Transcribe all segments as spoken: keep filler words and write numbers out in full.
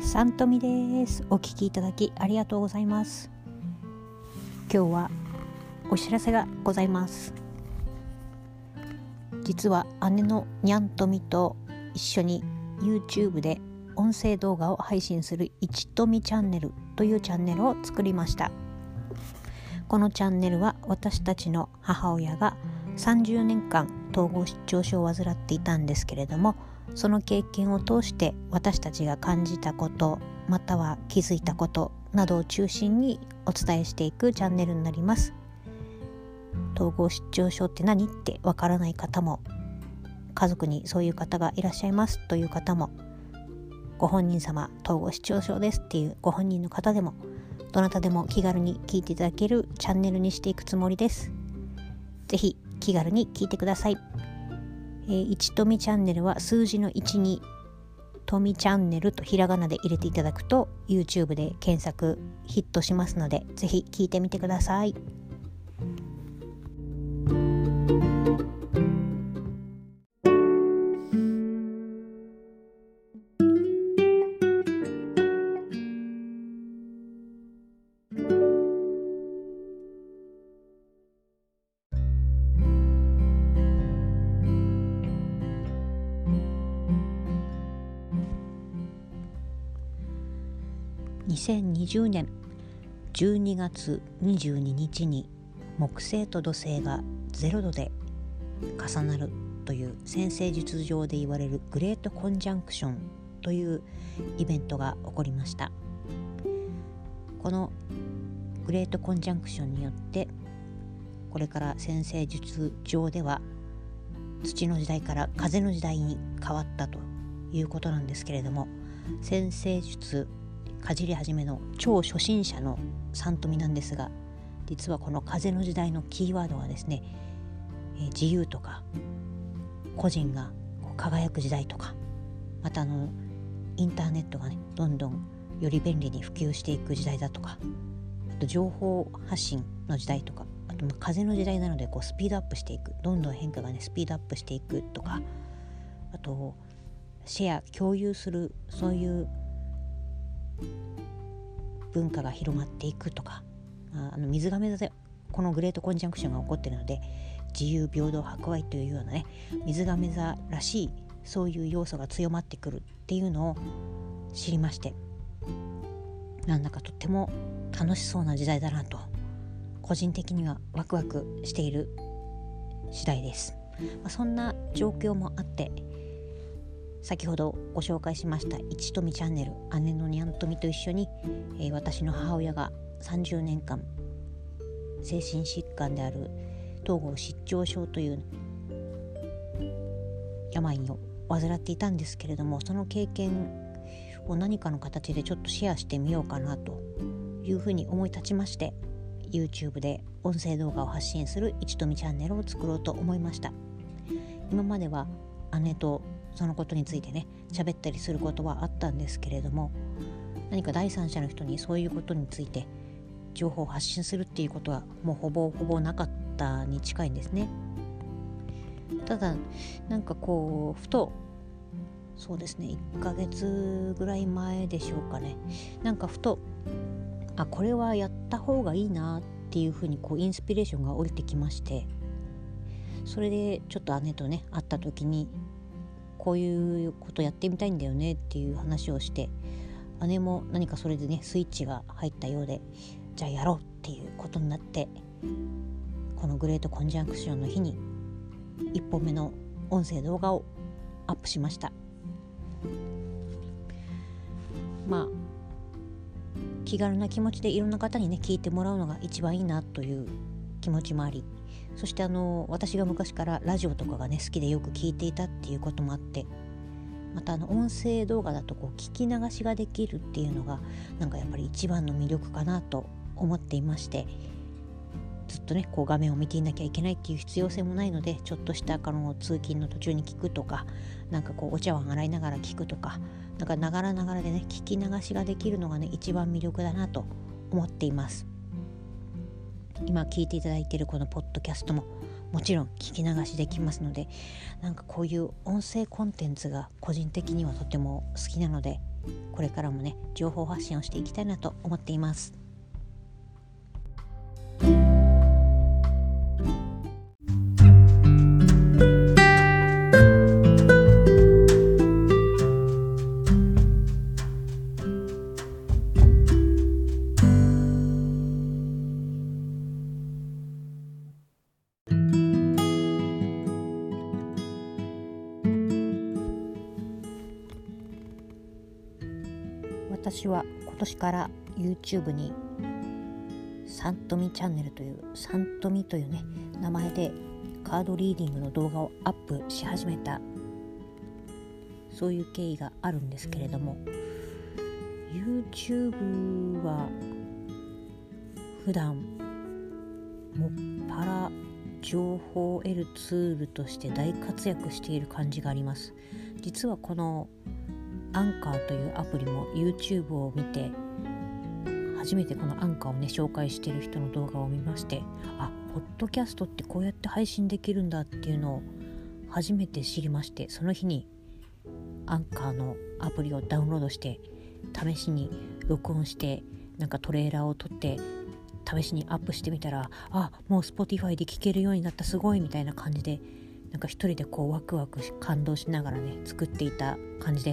さんとみです。お聞きいただきありがとうございます。今日はお知らせがございます。実は姉のにゃんとみと一緒に YouTube で音声動画を配信するいちとみチャンネルというチャンネルを作りました。このチャンネルは私たちの母親がさんじゅうねんかん統合失調症を患っていたんですけれども、その経験を通して私たちが感じたこと、または気づいたことなどを中心にお伝えしていくチャンネルになります。統合失調症って何ってわからない方も、家族にそういう方がいらっしゃいますという方も、ご本人様統合失調症ですっていうご本人の方でも、どなたでも気軽に聞いていただけるチャンネルにしていくつもりです。ぜひ気軽に聞いてください。えー、いちとみチャンネルは数字のいちにとみチャンネルとひらがなで入れていただくと YouTube で検索ヒットしますので、ぜひ聞いてみてください。にせんにじゅうねんじゅうにがつにじゅうににちに木星と土星がゼロどで重なるという占星術上で言われるグレートコンジャンクションというイベントが起こりました。このグレートコンジャンクションによって、これから占星術上では土の時代から風の時代に変わったということなんですけれども、占星術かじり始めの超初心者のさんとみなんですが、実はこの風の時代のキーワードはですね、えー、自由とか個人がこう輝く時代とか、またあのインターネットがねどんどんより便利に普及していく時代だとか、あと情報発信の時代とか、あとまあ風の時代なのでこうスピードアップしていく、どんどん変化がねスピードアップしていくとか、あとシェア共有する、そういう文化が広まっていくとか、あの水亀座でこのグレートコンジャンクションが起こっているので、自由平等博愛というようなね、水亀座らしいそういう要素が強まってくるっていうのを知りまして、なんだかとっても楽しそうな時代だなと個人的にはワクワクしている次第です。まあ、そんな状況もあって、先ほどご紹介しましたいちとみチャンネル、姉のにゃんとみと一緒に、えー、私の母親がさんじゅうねんかん精神疾患である統合失調症という病を患っていたんですけれども、その経験を何かの形でちょっとシェアしてみようかなというふうに思い立ちまして、 YouTube で音声動画を発信するいちとみチャンネルを作ろうと思いました。今までは姉とそのことについてね喋ったりすることはあったんですけれども、何か第三者の人にそういうことについて情報を発信するっていうことはもうほぼほぼなかったに近いんですね。ただなんかこうふと、そうですねいっかげつぐらい前でしょうかね、なんかふとあこれはやった方がいいなっていうふうにこうインスピレーションが降りてきまして、それでちょっと姉とね会った時にこういうことやってみたいんだよねっていう話をして、姉も何かそれでねスイッチが入ったようで、じゃあやろうっていうことになって、このグレートコンジャンクションの日にいっぽんめの音声動画をアップしました。まあ気軽な気持ちでいろんな方にね聞いてもらうのが一番いいなという気持ちもあり、そしてあの私が昔からラジオとかがね好きでよく聞いていたっていうこともあって、またあの音声動画だとこう聞き流しができるっていうのがなんかやっぱり一番の魅力かなと思っていまして、ずっとねこう画面を見ていなきゃいけないっていう必要性もないので、ちょっとしたあの通勤の途中に聞くとか、なんかこうお茶碗洗いながら聞くとか、なんかながらながらでね聞き流しができるのがね一番魅力だなと思っています。今聞いていただいているこのポッドキャストももちろん聞き流しできますので、なんかこういう音声コンテンツが個人的にはとても好きなので、 これからもね情報発信をしていきたいなと思っています。私は今年から YouTube にサントミチャンネルというサントミというね名前でカードリーディングの動画をアップし始めた、そういう経緯があるんですけれども、 YouTube は普段もっぱら情報を得るツールとして大活躍している感じがあります。実はこのアンカーというアプリも YouTube を見て初めてこのアンカーをね紹介している人の動画を見まして、あ、ポッドキャストってこうやって配信できるんだっていうのを初めて知りまして、その日にアンカーのアプリをダウンロードして試しに録音してなんかトレーラーを撮って試しにアップしてみたら、あ、もう Spotify で聴けるようになった、すごいみたいな感じで、なんか一人でこうワクワク感動しながらね作っていた感じです。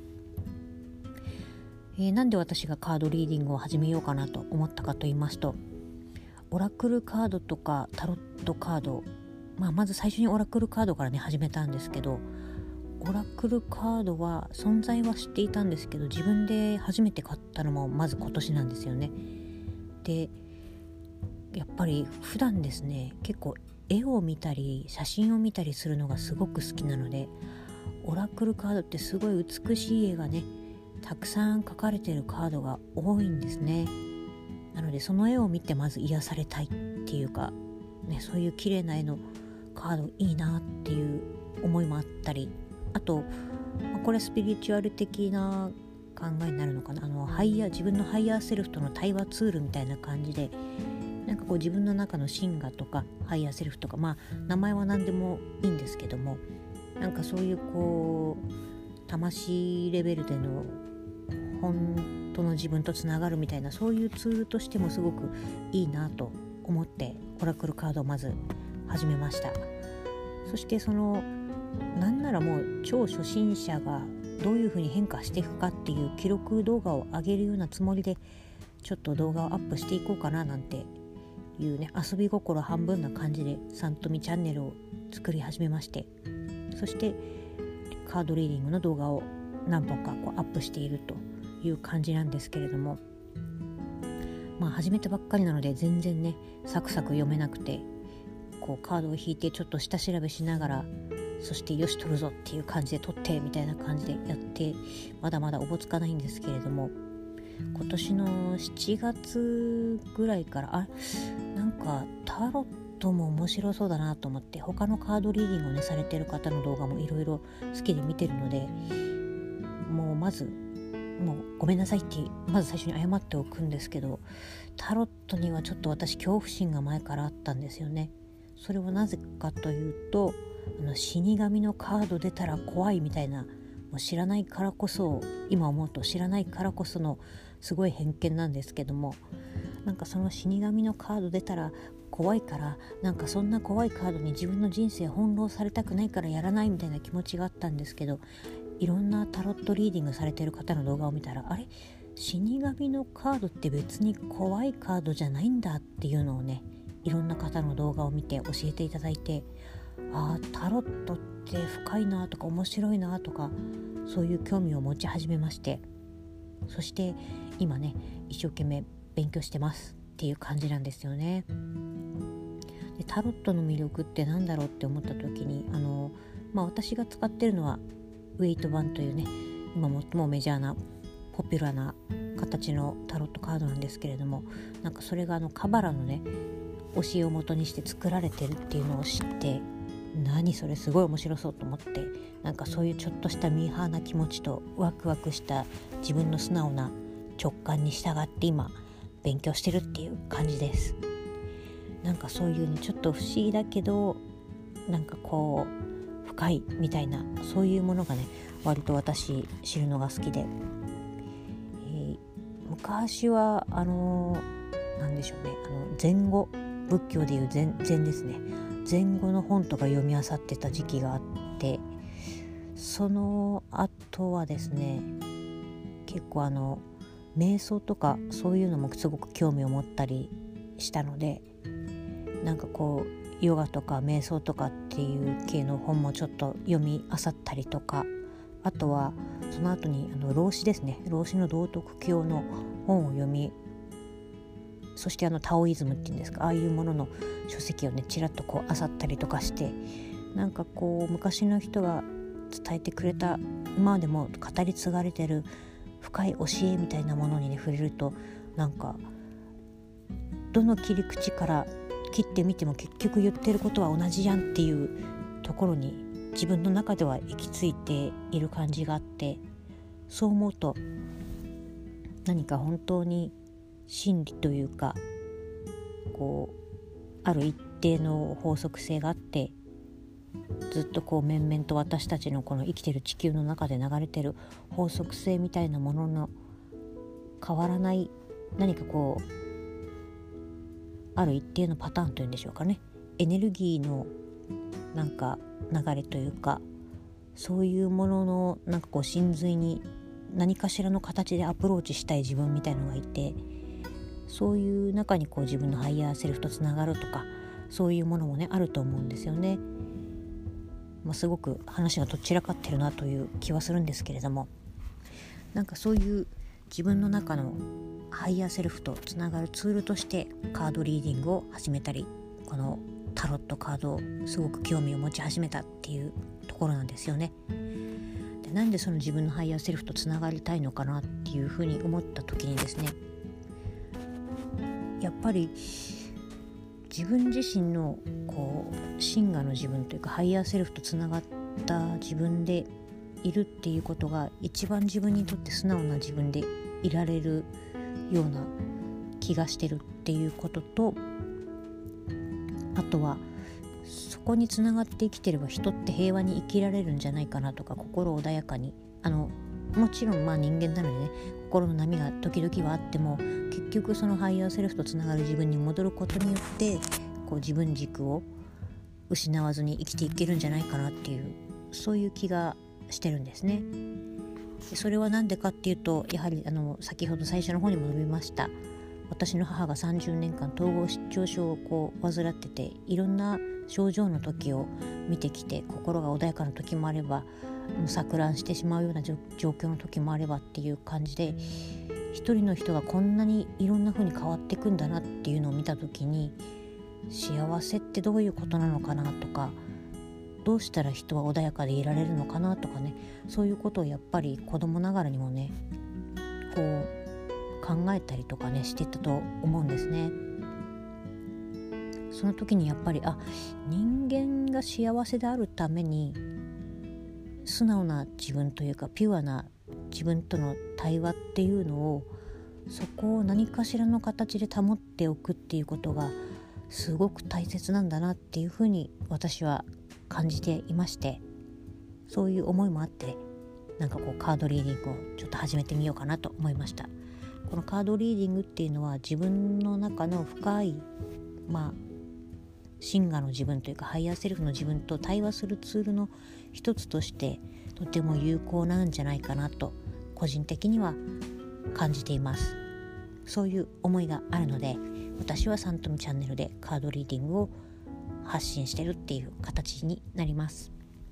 えー、なんで私がカードリーディングを始めようかなと思ったかと言いますと、オラクルカードとかタロットカード、まあ、まず最初にオラクルカードからね始めたんですけど、オラクルカードは存在は知っていたんですけど、自分で初めて買ったのもまず今年なんですよね。で、やっぱり普段ですね結構絵を見たり写真を見たりするのがすごく好きなので、オラクルカードってすごい美しい絵がねたくさん描かれているカードが多いんですね。なのでその絵を見てまず癒されたいっていうか、ね、そういう綺麗な絵のカードいいなっていう思いもあったり、あとこれスピリチュアル的な考えになるのかな、あのハイヤー自分のハイヤーセルフとの対話ツールみたいな感じで、なんかこう自分の中のシンガとかハイヤーセルフとか、まあ名前は何でもいいんですけども、なんかそういうこう魂レベルでの本当の自分とつながるみたいな、そういうツールとしてもすごくいいなと思ってオラクルカードをまず始めました。そしてそのなんならもう超初心者がどういうふうに変化していくかっていう記録動画を上げるようなつもりでちょっと動画をアップしていこうかななんていうね、遊び心半分な感じでサントミチャンネルを作り始めまして、そしてカードリーディングの動画を何本かこうアップしているという感じなんですけれども、まあ始めたばっかりなので全然ねサクサク読めなくて、こうカードを引いてちょっと下調べしながら、そしてよし取るぞっていう感じで取ってみたいな感じでやって、まだまだおぼつかないんですけれども、今年のしちがつぐらいからあなんかタロットも面白そうだなと思って、他のカードリーディングをねされてる方の動画もいろいろ好きで見てるので、もうまずもうごめんなさいってまず最初に謝っておくんですけど、タロットにはちょっと私恐怖心が前からあったんですよね。それはなぜかというと、あの死神のカード出たら怖いみたいな、もう知らないからこそ、今思うと知らないからこそのすごい偏見なんですけども、なんかその死神のカード出たら怖いから、なんかそんな怖いカードに自分の人生翻弄されたくないからやらないみたいな気持ちがあったんですけど、いろんなタロットリーディングされてる方の動画を見たら、あれ死神のカードって別に怖いカードじゃないんだっていうのをね、いろんな方の動画を見て教えていただいて、あータロットって深いなとか面白いなとか、そういう興味を持ち始めまして、そして今ね一生懸命勉強してますっていう感じなんですよね。でタロットの魅力ってなんだろうって思った時に、あの、まあ、私が使ってるのはウェイト版というね、今最もメジャーなポピュラーな形のタロットカードなんですけれども、なんかそれがあのカバラのね教えを元にして作られてるっていうのを知って、何それすごい面白そうと思って、なんかそういうちょっとしたミーハーな気持ちとワクワクした自分の素直な直感に従って今勉強してるっていう感じです。なんかそういうねちょっと不思議だけどなんかこう深いみたいな、そういうものがね割と私知るのが好きで、えー、昔はあのなんでしょうね、あの禅語、仏教でいう禅、禅ですね、禅語の本とか読み漁ってた時期があって、その後はですね、結構あの瞑想とかそういうのもすごく興味を持ったりしたので、なんかこうヨガとか瞑想とかっていう系の本もちょっと読み漁ったりとか、あとはその後にあの老子ですね、老子の道徳経の本を読み、そしてあのタオイズムっていうんですか、ああいうものの書籍をねちらっとこう漁ったりとかして、なんかこう昔の人が伝えてくれた、今までも語り継がれてる深い教えみたいなものにね触れると、なんかどの切り口から切ってみても結局言ってることは同じじゃんっていうところに自分の中では行き着いている感じがあって、そう思うと何か本当に真理というか、こうある一定の法則性があって、ずっとこう面々と私たちのこの生きてる地球の中で流れてる法則性みたいなものの変わらない何かこうある一定のパターンというんでしょうかね、エネルギーのなんか流れというか、そういうもののなんかこう真髄に何かしらの形でアプローチしたい自分みたいのがいて、そういう中にこう自分のハイヤーセルフとつながるとか、そういうものもねあると思うんですよね。まあ、すごく話がどちらかってるなという気はするんですけれども、なんかそういう自分の中のハイヤーセルフとつながるツールとしてカードリーディングを始めたり、このタロットカードをすごく興味を持ち始めたっていうところなんですよね。で、なんでその自分のハイヤーセルフとつながりたいのかなっていうふうに思った時にですね、やっぱり自分自身のこう真我の自分というかハイヤーセルフとつながった自分でいるっていうことが一番自分にとって素直な自分でいられるような気がしてるっていうことと、あとはそこにつながって生きてれば人って平和に生きられるんじゃないかなとか、心穏やかに、あのもちろんまあ人間なのでね、心の波が時々はあっても、結局そのハイヤーセルフとつながる自分に戻ることによってこう自分軸を失わずに生きていけるんじゃないかなっていう、そういう気がしてるんですね。でそれは何でかっていうと、やはりあの先ほど最初の方にも述べました、私の母がさんじゅうねんかん統合失調症をこう患ってて、いろんな症状の時を見てきて、心が穏やかな時もあればもう錯乱してしまうような状況の時もあればっていう感じで、一人の人がこんなにいろんな風に変わっていくんだなっていうのを見た時に、幸せってどういうことなのかなとか、どうしたら人は穏やかでいられるのかなとかね、そういうことをやっぱり子供ながらにもねこう考えたりとかねしてたと思うんですね。その時にやっぱりあ人間が幸せであるために素直な自分というかピュアな自分との対話っていうのを、そこを何かしらの形で保っておくっていうことがすごく大切なんだなっていうふうに私は感じていまして、そういう思いもあって、なんかこうカードリーディングをちょっと始めてみようかなと思いました。このカードリーディングっていうのは自分の中の深いまあ真我の自分というかハイヤーセルフの自分と対話するツールの一つとしてとても有効なんじゃないかなと個人的には感じています。そういう思いがあるので、私はサントムチャンネルでカードリーディングを発信してるっていう形になります。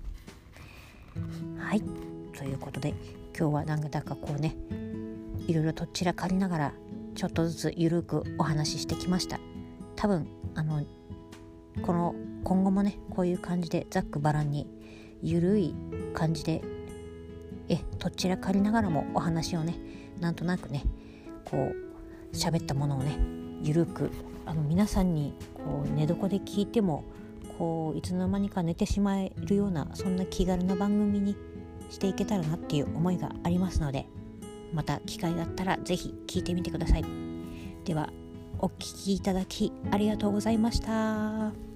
はい、ということで今日はなんだかこうねいろいろとっちらかりながらちょっとずつゆるくお話ししてきました。多分あのこの今後もねこういう感じでざっくばらんにゆるい感じでえとっちらかりながらもお話をねなんとなくねこう喋ったものをねゆるくあの皆さんにこう寝床で聞いてもこういつの間にか寝てしまえるようなそんな気軽な番組にしていけたらなっていう思いがありますので、また機会があったらぜひ聞いてみてください。ではお聞きいただきありがとうございました。